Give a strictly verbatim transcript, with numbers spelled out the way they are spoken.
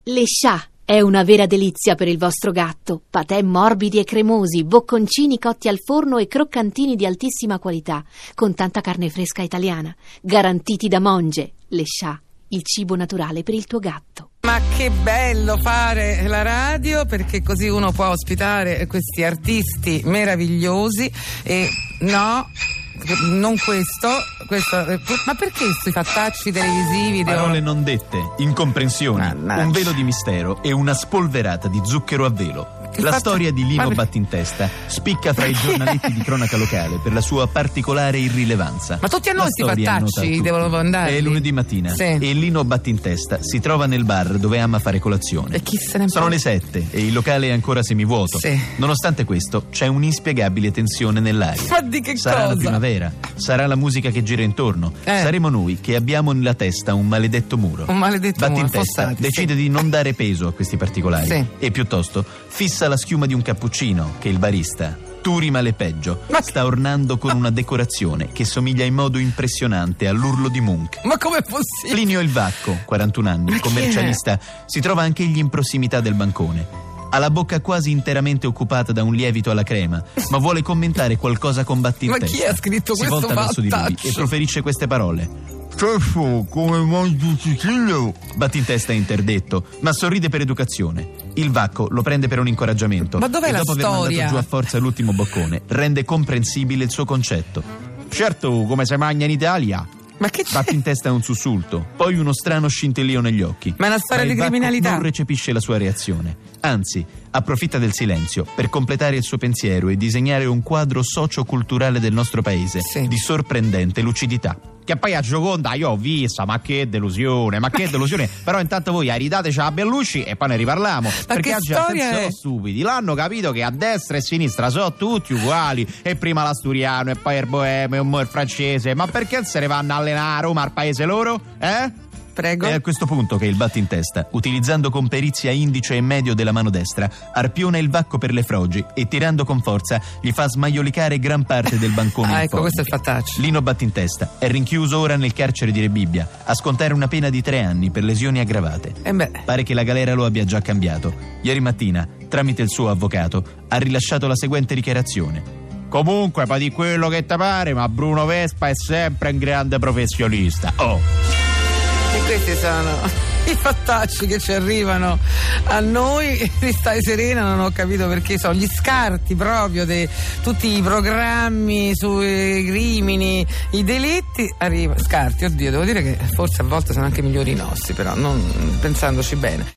Le Chat è una vera delizia per il vostro gatto. Patè morbidi e cremosi, bocconcini cotti al forno e croccantini di altissima qualità, con tanta carne fresca italiana, garantiti da Monge. Le Chat, il cibo naturale per il tuo gatto. Ma che bello fare la radio, perché così uno può ospitare questi artisti meravigliosi. E no, non questo, questo ma perché questi fattacci televisivi? Parole devono... non dette, incomprensioni, Mannaggia. Un velo di mistero e una spolverata di zucchero a velo. Che La fatto... storia di Lino ma... Battintesta spicca fra i giornaletti di cronaca locale per la sua particolare irrilevanza. Ma tutti a noi questi fattacci devono andare. È lunedì mattina, sì. E Lino Battintesta si trova nel bar dove ama fare colazione. E chi se ne Sono le sette e il locale è ancora semivuoto. Sì. Nonostante questo, c'è un'inspiegabile tensione nell'aria. Ma di che Sarà cosa? la primavera, sarà la musica che gira intorno, eh. saremo noi che abbiamo nella testa un maledetto muro. Un maledetto muro. Battintesta Fossati, decide sì. di non dare peso a questi particolari, sì. E piuttosto fissa la schiuma di un cappuccino che il barista, Turi male peggio, Ma... sta ornando con una decorazione che somiglia in modo impressionante all'urlo di Munch. Ma com'è possibile? Plinio il Vacco, quarantuno anni, Ma commercialista, si trova anche egli in prossimità del bancone. Ha la bocca quasi interamente occupata da un lievito alla crema, ma vuole commentare qualcosa con Battintesta. Ma chi ha scritto si questo volta verso di lui fattaccio? e proferisce queste parole. Cesso, come mangi Sicilia? Battintesta è interdetto, ma sorride per educazione. Il Vacco lo prende per un incoraggiamento. Ma dov'è e la dopo aver storia? mandato giù a forza l'ultimo boccone, rende comprensibile il suo concetto. Certo, come si mangia in Italia. Ma che c'è? Battintesta è un sussulto, poi uno strano scintillio negli occhi. Ma è una storia Ma di il Vacco criminalità. non recepisce la sua reazione. Anzi, approfitta del silenzio per completare il suo pensiero e disegnare un quadro socio-culturale del nostro paese, sì. di sorprendente lucidità. Che poi a Gioconda io ho vista, ma che delusione, ma che delusione. Però intanto voi aridateci a Bellucci e poi ne riparliamo. Ma perché che oggi storia sono è? stupidi, l'hanno capito che a destra e a sinistra sono tutti uguali. E prima l'asturiano e poi il boemo e un mo' il francese. Ma perché se ne vanno a allenare a Roma al paese loro? Eh? Prego. È a questo punto che il Battintesta, utilizzando con perizia indice e medio della mano destra, arpiona il Vacco per le frogi e tirando con forza gli fa smaiolicare gran parte del bancone. Ah, in ecco, foglie. questo è il fattaccio. Lino Battintesta è rinchiuso ora nel carcere di Rebibbia a scontare una pena di tre anni per lesioni aggravate. Eh beh. Pare che la galera lo abbia già cambiato. Ieri mattina, tramite il suo avvocato, ha rilasciato la seguente dichiarazione. Comunque, pa' di quello che te pare, ma Bruno Vespa è sempre un grande professionista. Oh! E questi sono i fattacci che ci arrivano a noi. Stai serena, non ho capito perché sono gli scarti proprio di tutti i programmi sui crimini, i delitti. Arriva, scarti, oddio, devo dire che forse a volte sono anche migliori i nostri, però non pensandoci bene.